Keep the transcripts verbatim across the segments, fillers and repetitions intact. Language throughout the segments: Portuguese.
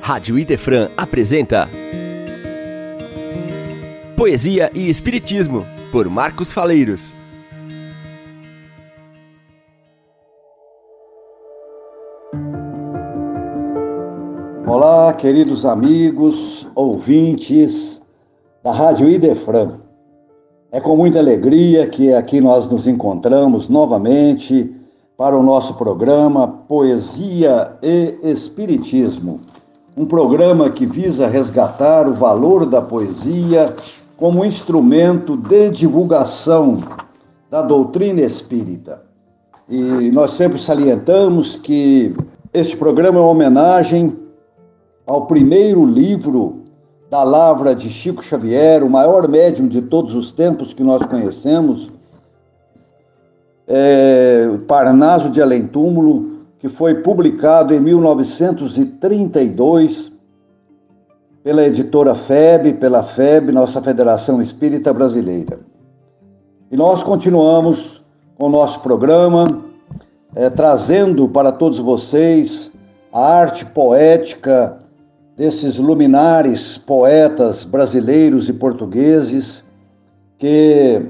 Rádio Idefran apresenta Poesia e Espiritismo, por Marcos Faleiros. Olá, queridos amigos, ouvintes da Rádio Idefran. É com muita alegria que aqui nós nos encontramos novamente para o nosso programa Poesia e Espiritismo. Um programa que visa resgatar o valor da poesia como instrumento de divulgação da doutrina espírita. E nós sempre salientamos que este programa é uma homenagem ao primeiro livro da Lavra de Chico Xavier, o maior médium de todos os tempos que nós conhecemos, é, Parnaso de Além-Túmulo, que foi publicado em mil novecentos e trinta e dois pela editora F E B, pela F E B, nossa Federação Espírita Brasileira. E nós continuamos com o nosso programa, é, trazendo para todos vocês a arte poética desses luminares poetas brasileiros e portugueses que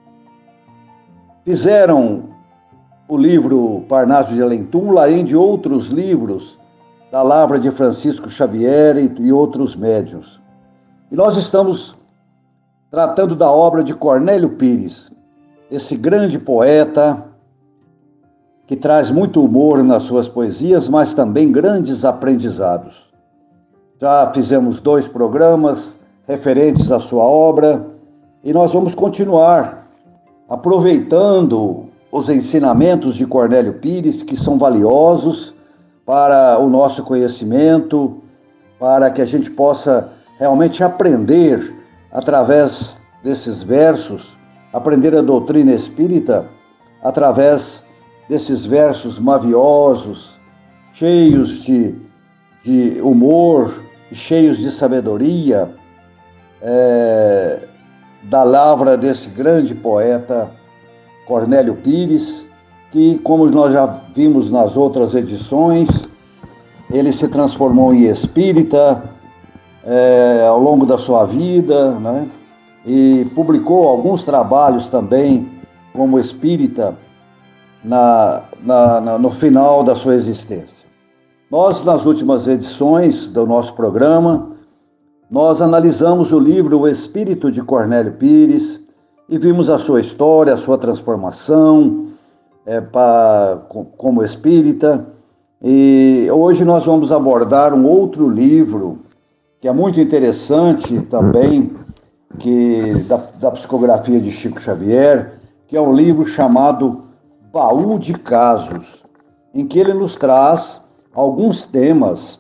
fizeram o livro Parnaso de Além-Túmulo, além de outros livros da Lavra de Francisco Xavier e, e outros médiuns. E nós estamos tratando da obra de Cornélio Pires, esse grande poeta que traz muito humor nas suas poesias, mas também grandes aprendizados. Já fizemos dois programas referentes à sua obra e nós vamos continuar aproveitando os ensinamentos de Cornélio Pires, que são valiosos para o nosso conhecimento, para que a gente possa realmente aprender através desses versos, aprender a doutrina espírita através desses versos maviosos, cheios de, de humor, cheios de sabedoria, é, da lavra desse grande poeta Cornélio Pires, que, como nós já vimos nas outras edições, ele se transformou em espírita é, ao longo da sua vida, né? E publicou alguns trabalhos também como espírita na, na, na, no final da sua existência. Nós, nas últimas edições do nosso programa, nós analisamos o livro O Espírito de Cornélio Pires e vimos a sua história, a sua transformação é, pra, como espírita. E hoje nós vamos abordar um outro livro que é muito interessante também, que, da, da psicografia de Chico Xavier, que é um livro chamado Baú de Casos, em que ele nos traz alguns temas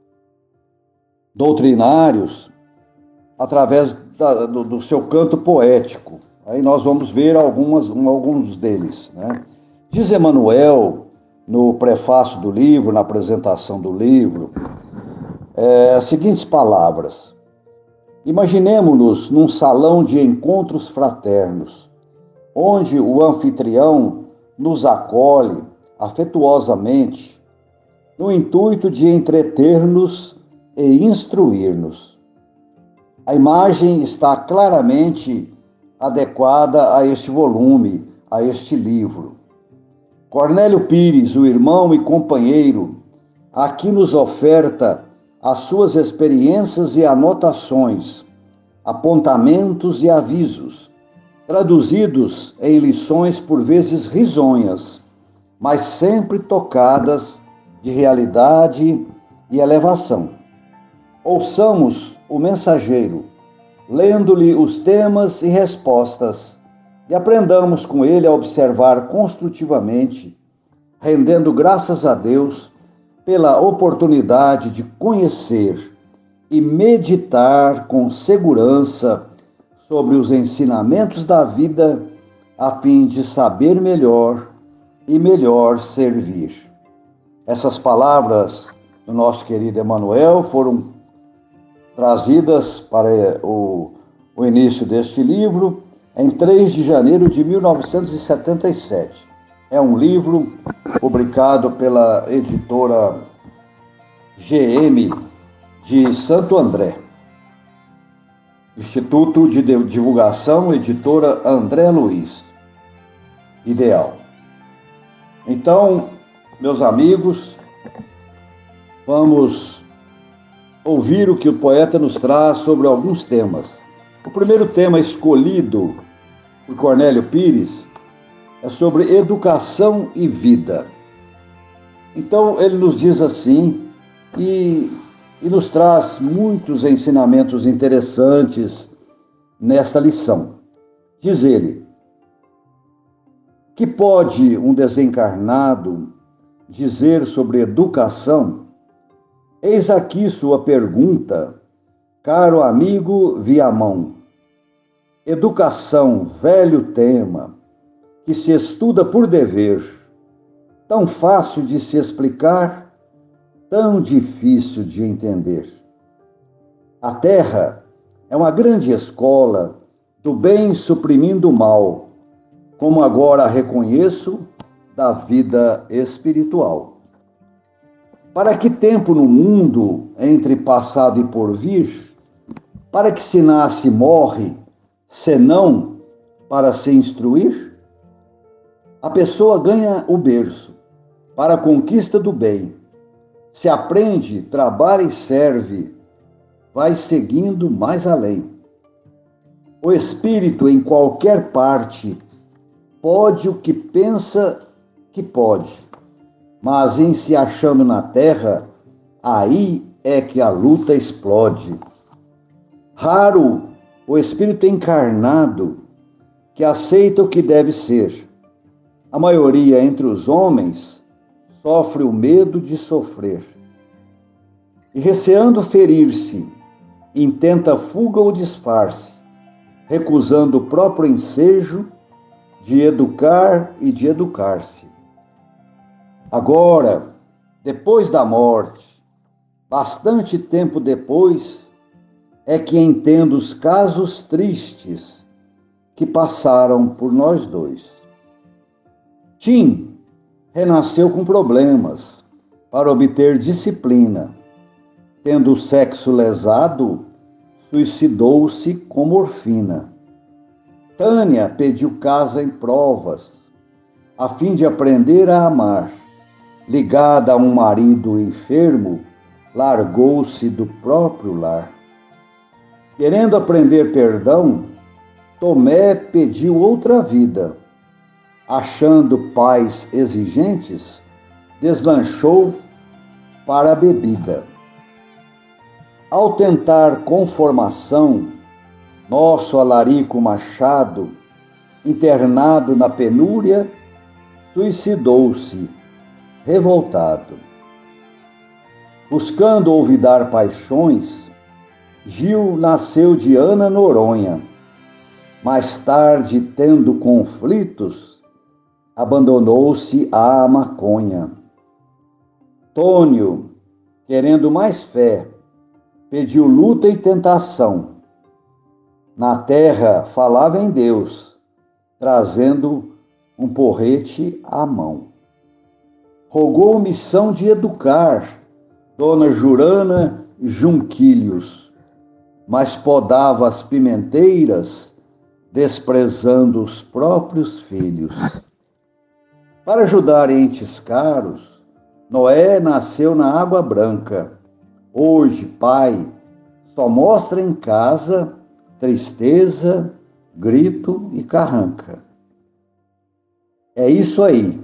doutrinários através da, do, do seu canto poético. Aí nós vamos ver algumas, alguns deles, né? Diz Emmanuel, no prefácio do livro, na apresentação do livro, é, as seguintes palavras: imaginemo-nos num salão de encontros fraternos, onde o anfitrião nos acolhe afetuosamente, no intuito de entreter-nos e instruir-nos. A imagem está claramente adequada a este volume, a este livro. Cornélio Pires, o irmão e companheiro, aqui nos oferta as suas experiências e anotações, apontamentos e avisos, traduzidos em lições por vezes risonhas, mas sempre tocadas de realidade e elevação. Ouçamos o mensageiro, lendo-lhe os temas e respostas, e aprendamos com ele a observar construtivamente, rendendo graças a Deus pela oportunidade de conhecer e meditar com segurança sobre os ensinamentos da vida, a fim de saber melhor e melhor servir. Essas palavras do nosso querido Emmanuel foram trazidas para o, o início deste livro em três de janeiro de mil novecentos e setenta e sete. É um livro publicado pela editora G M de Santo André. Instituto de Divulgação, editora André Luiz. Ideal. Então, meus amigos, vamos ouvir o que o poeta nos traz sobre alguns temas. O primeiro tema escolhido por Cornélio Pires é sobre educação e vida. Então, ele nos diz assim, e, e nos traz muitos ensinamentos interessantes nesta lição. Diz ele: que pode um desencarnado dizer sobre educação? Eis aqui sua pergunta, caro amigo Viamão. Educação, velho tema, que se estuda por dever, tão fácil de se explicar, tão difícil de entender. A Terra é uma grande escola do bem suprimindo o mal, como agora reconheço, da vida espiritual. Para que tempo no mundo, entre passado e porvir? Para que se nasce e morre, senão para se instruir? A pessoa ganha o berço para a conquista do bem. Se aprende, trabalha e serve, vai seguindo mais além. O espírito, em qualquer parte, pode o que pensa que pode, mas em se achando na terra, aí é que a luta explode. Raro o espírito encarnado que aceita o que deve ser. A maioria entre os homens sofre o medo de sofrer. E receando ferir-se, intenta fuga ou disfarce, recusando o próprio ensejo de educar e de educar-se. Agora, depois da morte, bastante tempo depois, é que entendo os casos tristes que passaram por nós dois. Tim renasceu com problemas para obter disciplina. Tendo o sexo lesado, suicidou-se com morfina. Tânia pediu casa em provas, a fim de aprender a amar. Ligada a um marido enfermo, largou-se do próprio lar. Querendo aprender perdão, Tomé pediu outra vida. Achando pais exigentes, deslanchou para a bebida. Ao tentar conformação, nosso Alarico Machado, internado na penúria, suicidou-se, revoltado. Buscando olvidar paixões, Gil nasceu de Ana Noronha. Mais tarde, tendo conflitos, abandonou-se à maconha. Tônio, querendo mais fé, pediu luta e tentação. Na terra falava em Deus, trazendo um porrete à mão. Rogou missão de educar Dona Jurana Junquilhos, mas podava as pimenteiras, desprezando os próprios filhos. Para ajudar entes caros, Noé nasceu na água branca. Hoje, pai, só mostra em casa tristeza, grito e carranca. É isso aí.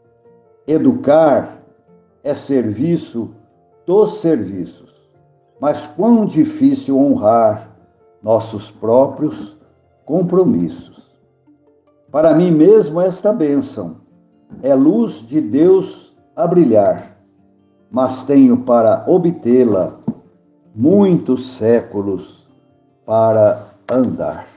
Educar é serviço dos serviços. Mas quão difícil honrar nossos próprios compromissos. Para mim mesmo esta bênção é luz de Deus a brilhar, mas tenho para obtê-la muitos séculos para andar.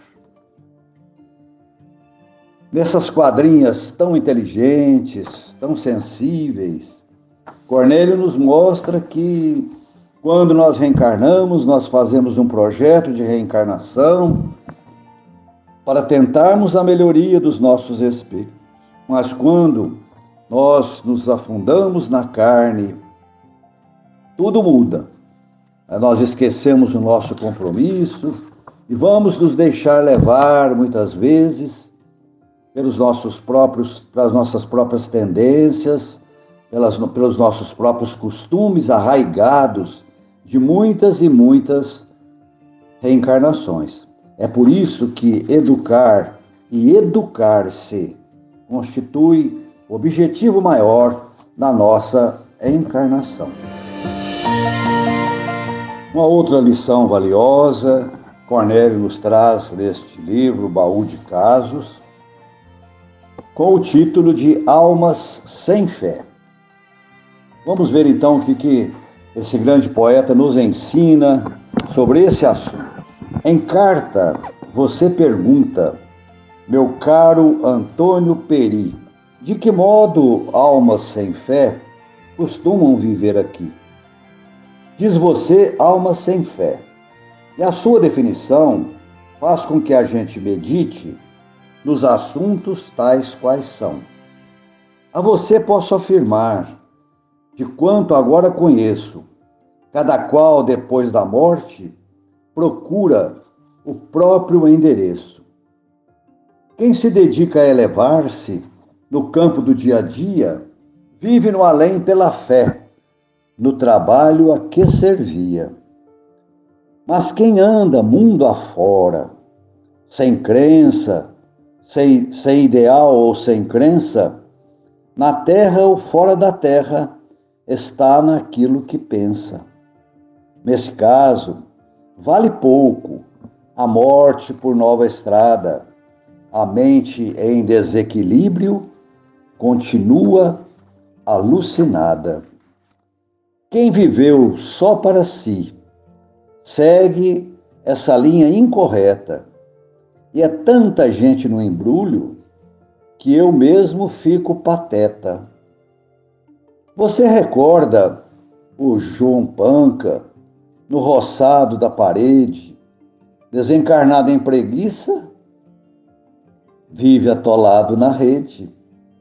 Nessas quadrinhas tão inteligentes, tão sensíveis, Cornélio nos mostra que quando nós reencarnamos, nós fazemos um projeto de reencarnação para tentarmos a melhoria dos nossos espíritos. Mas quando nós nos afundamos na carne, tudo muda. nós esquecemos o nosso compromisso e vamos nos deixar levar, muitas vezes, pelos nossos próprios, pelas nossas próprias tendências, pelas, pelos nossos próprios costumes arraigados de muitas e muitas reencarnações. É por isso que educar e educar-se constitui o objetivo maior da nossa encarnação. Uma outra lição valiosa, Cornélio nos traz neste livro, Baú de Casos, com o título de Almas Sem Fé. Vamos ver então o que, que esse grande poeta nos ensina sobre esse assunto. Em carta, você pergunta, meu caro Antônio Peri, de que modo almas sem fé costumam viver aqui? Diz você, almas sem fé. E a sua definição faz com que a gente medite nos assuntos tais quais são. A você posso afirmar, de quanto agora conheço, cada qual depois da morte procura o próprio endereço. Quem se dedica a elevar-se no campo do dia a dia, vive no além pela fé, no trabalho a que servia. Mas quem anda mundo afora, sem crença, sem, sem ideal ou sem crença, na terra ou fora da terra, está naquilo que pensa. Nesse caso, vale pouco a morte por nova estrada. A mente em desequilíbrio continua alucinada. Quem viveu só para si segue essa linha incorreta. E é tanta gente no embrulho que eu mesmo fico pateta. Você recorda o João Panca no roçado da parede, desencarnado em preguiça, vive atolado na rede.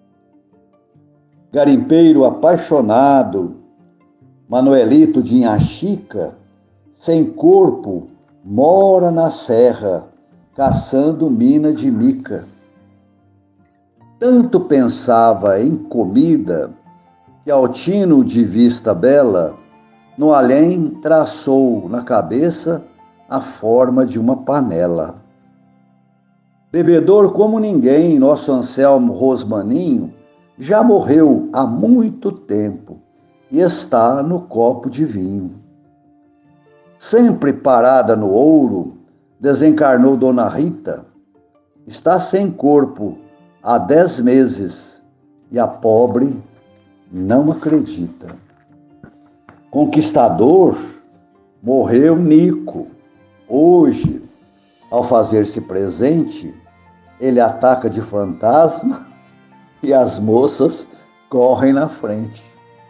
Garimpeiro apaixonado, Manuelito de Inhaxica, sem corpo, mora na serra, caçando mina de mica. Tanto pensava em comida, que Altino de vista bela, no além traçou na cabeça a forma de uma panela. Bebedor como ninguém, nosso Anselmo Rosmaninho já morreu há muito tempo e está no copo de vinho. Sempre parada no ouro, desencarnou Dona Rita, está sem corpo há dez meses e a pobre não acredita. Conquistador, morreu Nico. Hoje, ao fazer-se presente, ele ataca de fantasma e as moças correm na frente.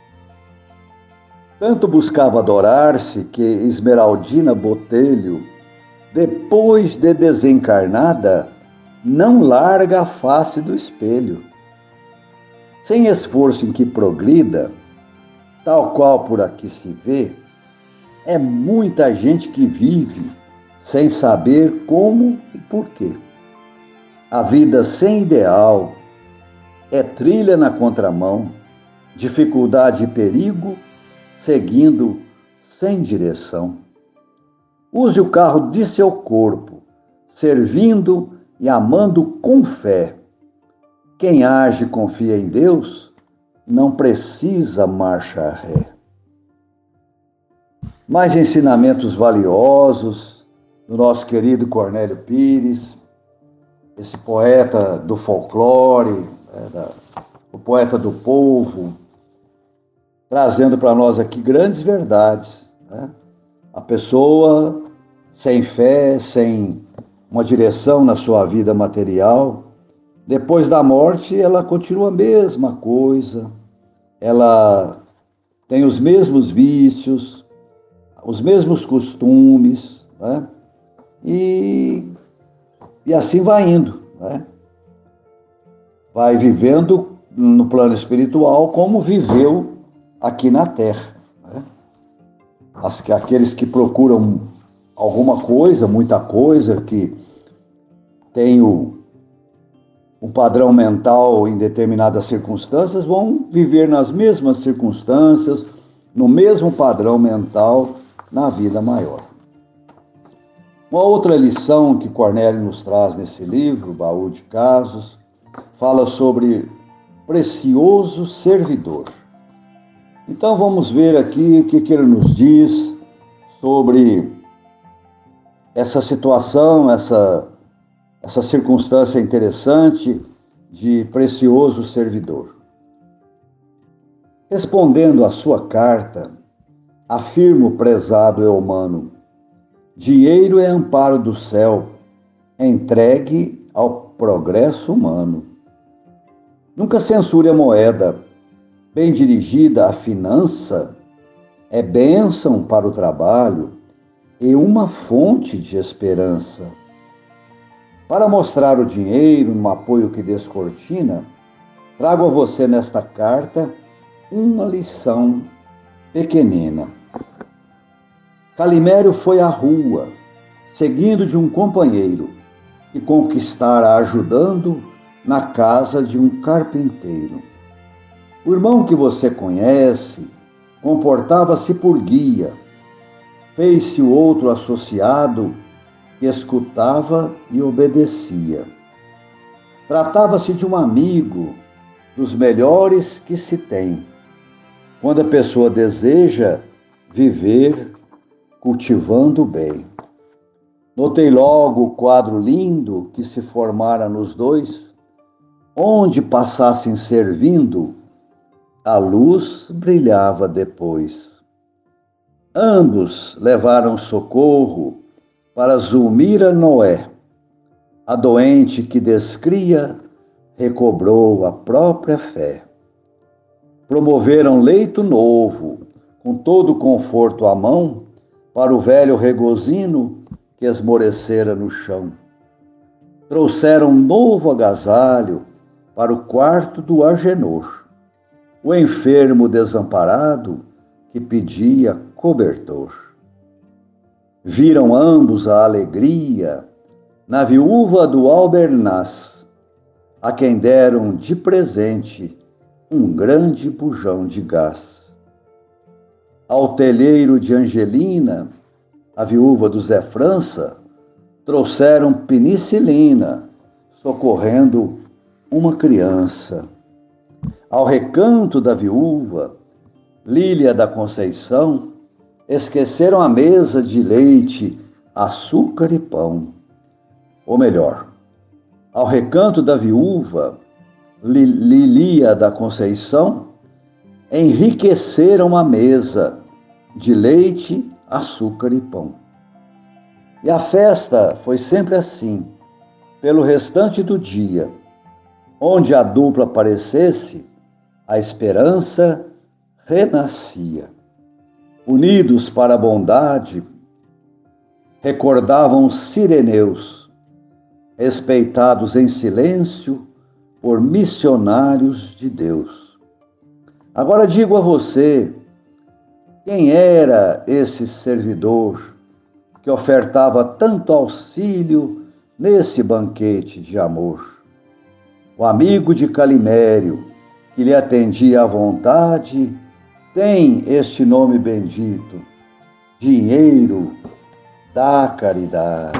Tanto buscava adorar-se que Esmeraldina Botelho, depois de desencarnada, não larga a face do espelho. Sem esforço em que progrida, tal qual por aqui se vê, é muita gente que vive sem saber como e por quê. A vida sem ideal é trilha na contramão, dificuldade e perigo, seguindo sem direção. Use o carro de seu corpo, servindo e amando com fé. Quem age e confia em Deus, não precisa marcha ré. Mais ensinamentos valiosos do nosso querido Cornélio Pires, esse poeta do folclore, é, da, o poeta do povo, trazendo para nós aqui grandes verdades. Né? A pessoa sem fé, sem uma direção na sua vida material, depois da morte ela continua a mesma coisa, ela tem os mesmos vícios, os mesmos costumes, né? e, e assim vai indo. Né? Vai vivendo no plano espiritual como viveu aqui na Terra. Né? as, aqueles que procuram alguma coisa, muita coisa, que tem o, um padrão mental em determinadas circunstâncias, vão viver nas mesmas circunstâncias, no mesmo padrão mental, na vida maior. Uma outra lição que Cornélio nos traz nesse livro, Baú de Casos, fala sobre precioso servidor. Então vamos ver aqui o que, que ele nos diz sobre essa situação, essa, essa circunstância interessante de precioso servidor. Respondendo à sua carta, afirmo, prezado Eumano, dinheiro é amparo do céu, entregue ao progresso humano. Nunca censure a moeda, bem dirigida a finança, é bênção para o trabalho e uma fonte de esperança. Para mostrar o dinheiro no apoio que descortina, trago a você nesta carta uma lição pequenina. Calimério foi à rua, seguindo de um companheiro, que conquistara ajudando na casa de um carpinteiro. O irmão que você conhece comportava-se por guia, fez-se o outro associado que escutava e obedecia. Tratava-se de um amigo dos melhores que se tem, quando a pessoa deseja viver cultivando o bem. Notei logo o quadro lindo que se formara nos dois, onde passassem servindo, a luz brilhava depois. Ambos levaram socorro para Zulmira Noé. A doente que descria recobrou a própria fé. Promoveram leito novo, com todo o conforto à mão, para o velho regozino que esmorecera no chão. Trouxeram novo agasalho para o quarto do Agenor, o enfermo desamparado que pedia cobertor. Viram ambos a alegria na viúva do Albernaz, a quem deram de presente um grande bujão de gás. Ao telheiro de Angelina, a viúva do Zé França, trouxeram penicilina, socorrendo uma criança. Ao recanto da viúva, Lília da Conceição, esqueceram a mesa de leite, açúcar e pão. Ou melhor, ao recanto da viúva, Lília da Conceição, enriqueceram a mesa de leite, açúcar e pão. E a festa foi sempre assim, pelo restante do dia. Onde a dupla aparecesse, a esperança renascia. Unidos para a bondade, recordavam os sireneus, respeitados em silêncio por missionários de Deus. Agora digo a você, quem era esse servidor que ofertava tanto auxílio nesse banquete de amor? O amigo de Calimério, que lhe atendia à vontade, tem este nome bendito, dinheiro da caridade.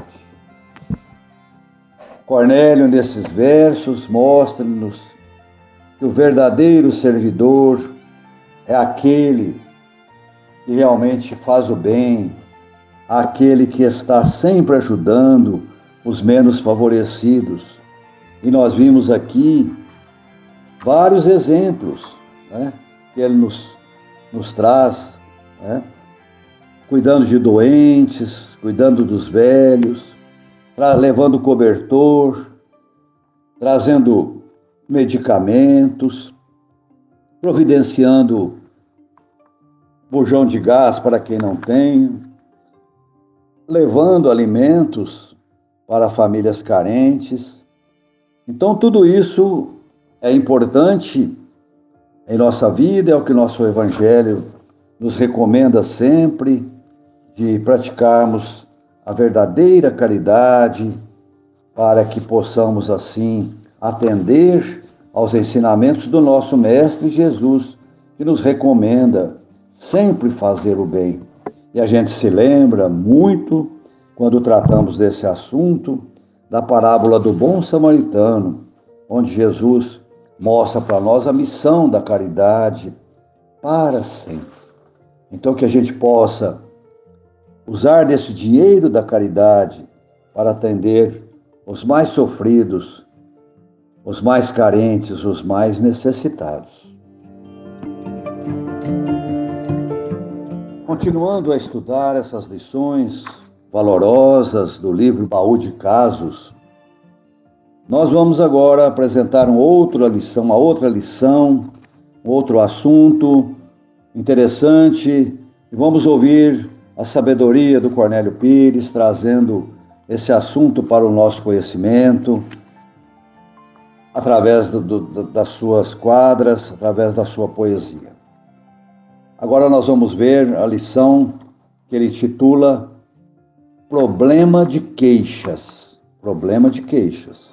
Cornélio, nesses versos, mostra-nos que o verdadeiro servidor é aquele que realmente faz o bem, aquele que está sempre ajudando os menos favorecidos. E nós vimos aqui vários exemplos, né, que ele nos, nos traz, né, cuidando de doentes, cuidando dos velhos, levando cobertor, trazendo medicamentos, providenciando bujão de gás para quem não tem, levando alimentos para famílias carentes. Então, tudo isso é importante em nossa vida, é o que nosso Evangelho nos recomenda sempre de praticarmos a verdadeira caridade para que possamos, assim, atender aos ensinamentos do nosso Mestre Jesus, que nos recomenda sempre fazer o bem. E a gente se lembra muito, quando tratamos desse assunto, da parábola do bom samaritano, onde Jesus mostra para nós a missão da caridade para sempre. Então, que a gente possa usar desse dinheiro da caridade para atender os mais sofridos, os mais carentes, os mais necessitados. Continuando a estudar essas lições valorosas do livro Baú de Casos, nós vamos agora apresentar uma outra lição, uma outra lição, um outro assunto interessante, e vamos ouvir a sabedoria do Cornélio Pires, trazendo esse assunto para o nosso conhecimento, através do, do, das suas quadras, através da sua poesia. Agora nós vamos ver a lição que ele intitula Problema de Queixas. Problema de Queixas.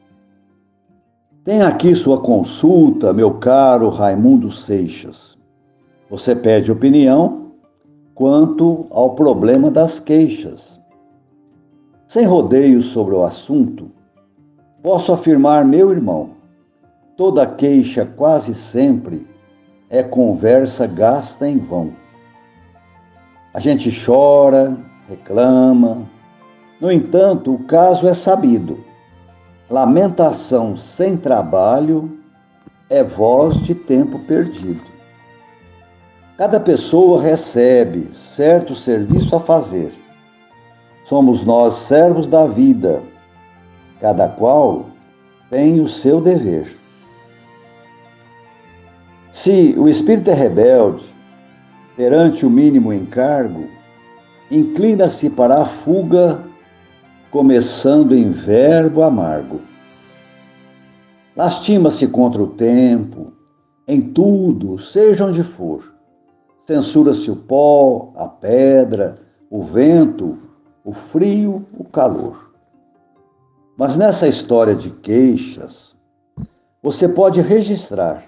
Tem aqui sua consulta, meu caro Raimundo Seixas. Você pede opinião quanto ao problema das queixas. Sem rodeios sobre o assunto, posso afirmar, meu irmão, toda queixa quase sempre é conversa gasta em vão. A gente chora, reclama. No entanto, o caso é sabido. Lamentação sem trabalho é voz de tempo perdido. Cada pessoa recebe certo serviço a fazer. Somos nós servos da vida. Cada qual tem o seu dever. Se o espírito é rebelde, perante o mínimo encargo, inclina-se para a fuga, começando em verbo amargo. Lastima-se contra o tempo, em tudo, seja onde for. Censura-se o pó, a pedra, o vento, o frio, o calor. Mas nessa história de queixas, você pode registrar: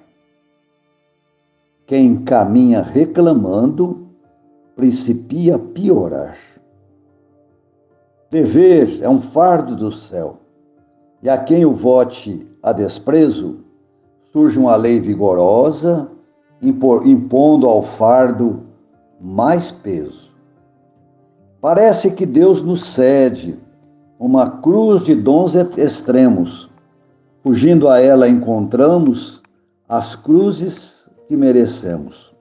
quem caminha reclamando, principia a piorar. Dever é um fardo do céu, e a quem o vote a desprezo, surge uma lei vigorosa, impondo ao fardo mais peso. Parece que Deus nos cede uma cruz de dons extremos. Fugindo a ela encontramos as cruzes que merecemos.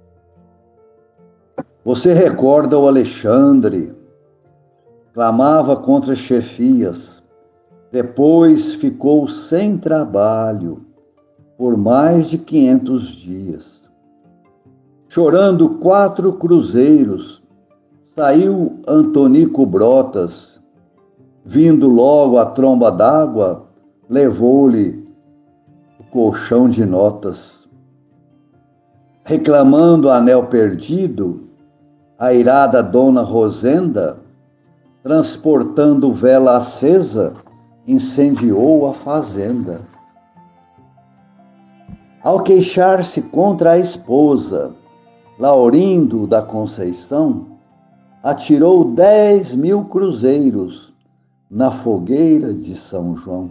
Você recorda o Alexandre, clamava contra chefias, depois ficou sem trabalho por mais de quinhentos dias. Chorando quatro cruzeiros, saiu Antonico Brotas, vindo logo a tromba d'água, levou-lhe o colchão de notas. Reclamando anel perdido, a irada dona Rosenda, transportando vela acesa, incendiou a fazenda. Ao queixar-se contra a esposa, Laurindo da Conceição atirou dez mil cruzeiros na fogueira de São João.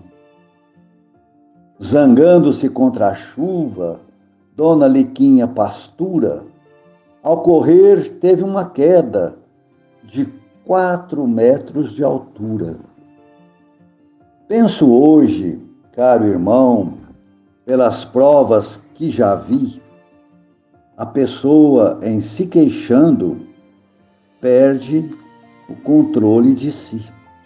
Zangando-se contra a chuva, Dona Liquinha Pastura, ao correr teve uma queda de quatro metros de altura. Penso hoje, caro irmão, pelas provas que já vi, a pessoa em se queixando perde o controle de si.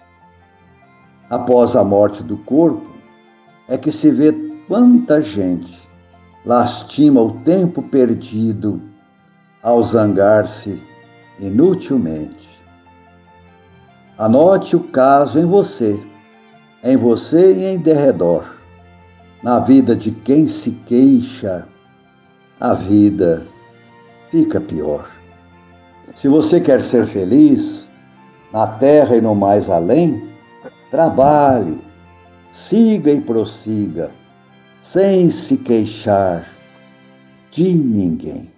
Após a morte do corpo, é que se vê quanta gente lastima o tempo perdido ao zangar-se inutilmente. Anote o caso em você, em você e em derredor. Na vida de quem se queixa, a vida fica pior. Se você quer ser feliz, na terra e no mais além, trabalhe, siga e prossiga, sem se queixar de ninguém.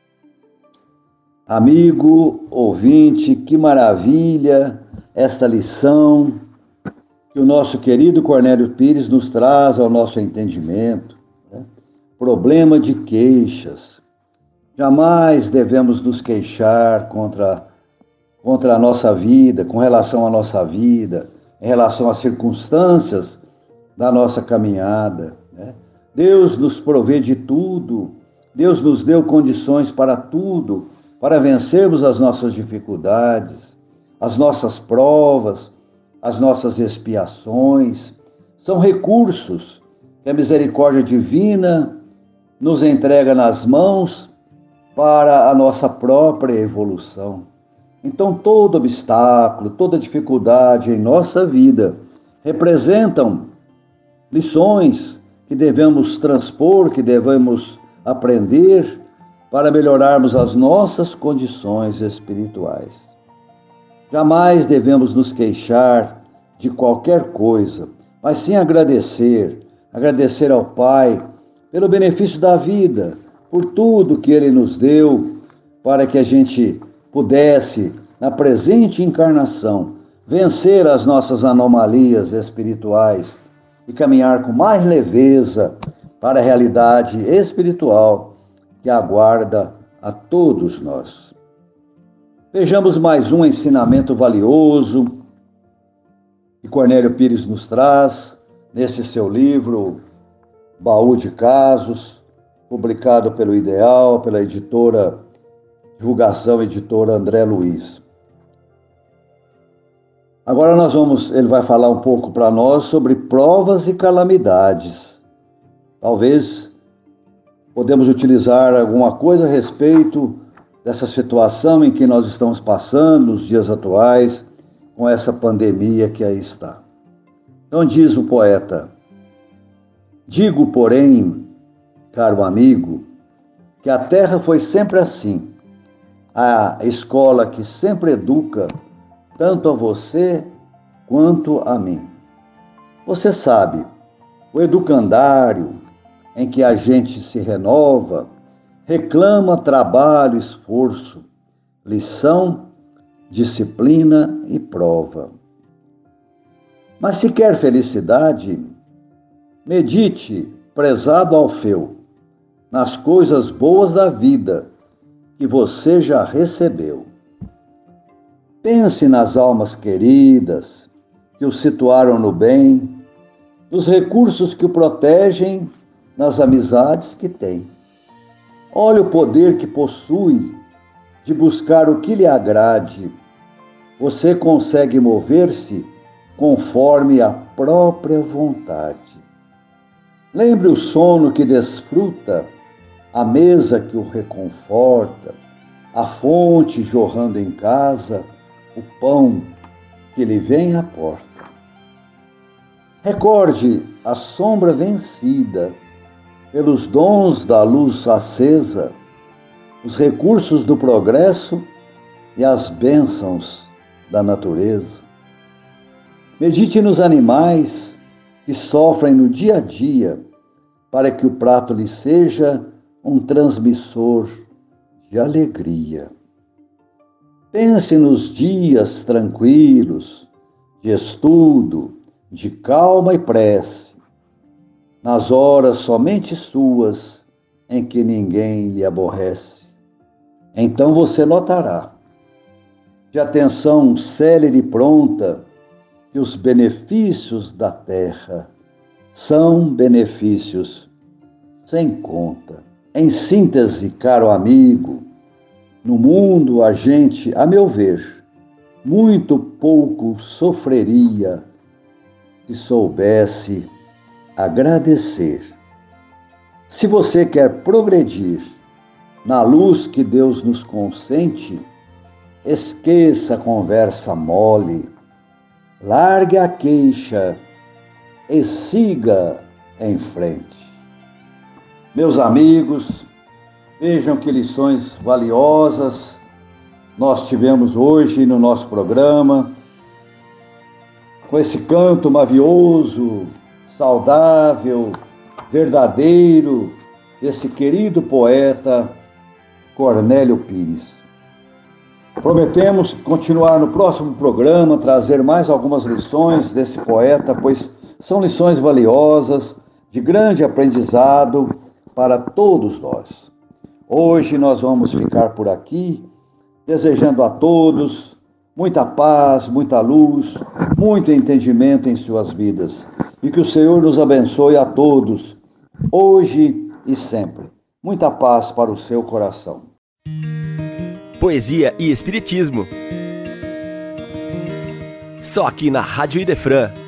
Amigo, ouvinte, que maravilha esta lição que o nosso querido Cornélio Pires nos traz ao nosso entendimento. Né? Problema de queixas. Jamais devemos nos queixar contra, contra a nossa vida, com relação à nossa vida, em relação às circunstâncias da nossa caminhada. Né? Deus nos provê de tudo, Deus nos deu condições para tudo, para vencermos as nossas dificuldades, as nossas provas, as nossas expiações. São recursos que a misericórdia divina nos entrega nas mãos para a nossa própria evolução. Então, todo obstáculo, toda dificuldade em nossa vida representam lições que devemos transpor, que devemos aprender para melhorarmos as nossas condições espirituais. Jamais devemos nos queixar de qualquer coisa, mas sim agradecer, agradecer ao Pai pelo benefício da vida, por tudo que Ele nos deu, para que a gente pudesse, na presente encarnação, vencer as nossas anomalias espirituais e caminhar com mais leveza para a realidade espiritual que aguarda a todos nós. Vejamos mais um ensinamento valioso que Cornélio Pires nos traz nesse seu livro, Baú de Casos, publicado pelo Ideal, pela editora, divulgação editora André Luiz. Agora nós vamos, ele vai falar um pouco para nós sobre provas e calamidades. Talvez podemos utilizar alguma coisa a respeito dessa situação em que nós estamos passando nos dias atuais, com essa pandemia que aí está. Então diz o poeta: digo, porém, caro amigo, que a terra foi sempre assim, a escola que sempre educa tanto a você quanto a mim. Você sabe, o educandário em que a gente se renova, reclama trabalho, esforço, lição, disciplina e prova. Mas se quer felicidade, medite, prezado Alfeu, nas coisas boas da vida que você já recebeu. Pense nas almas queridas que o situaram no bem, nos recursos que o protegem, nas amizades que tem. Olhe o poder que possui de buscar o que lhe agrade. Você consegue mover-se conforme a própria vontade. Lembre o sono que desfruta, a mesa que o reconforta, a fonte jorrando em casa, o pão que lhe vem à porta. Recorde a sombra vencida pelos dons da luz acesa, os recursos do progresso e as bênçãos da natureza. Medite nos animais que sofrem no dia a dia, para que o prato lhe seja um transmissor de alegria. Pense nos dias tranquilos, de estudo, de calma e prece, nas horas somente suas, em que ninguém lhe aborrece. Então você notará, de atenção célere e pronta, que os benefícios da terra são benefícios sem conta. Em síntese, caro amigo, no mundo a gente, a meu ver, muito pouco sofreria se soubesse agradecer. Se você quer progredir na luz que Deus nos consente, esqueça a conversa mole, largue a queixa e siga em frente. Meus amigos, Vejam que lições valiosas nós tivemos hoje no nosso programa, com esse canto mavioso, saudável, verdadeiro, desse querido poeta Cornélio Pires. Prometemos continuar no próximo programa, trazer mais algumas lições desse poeta, pois são lições valiosas, de grande aprendizado para todos nós. Hoje nós vamos ficar por aqui, desejando a todos muita paz, muita luz, muito entendimento em suas vidas. E que o Senhor nos abençoe a todos, hoje e sempre. Muita paz para o seu coração. Poesia e Espiritismo. Só aqui na Rádio Idefran.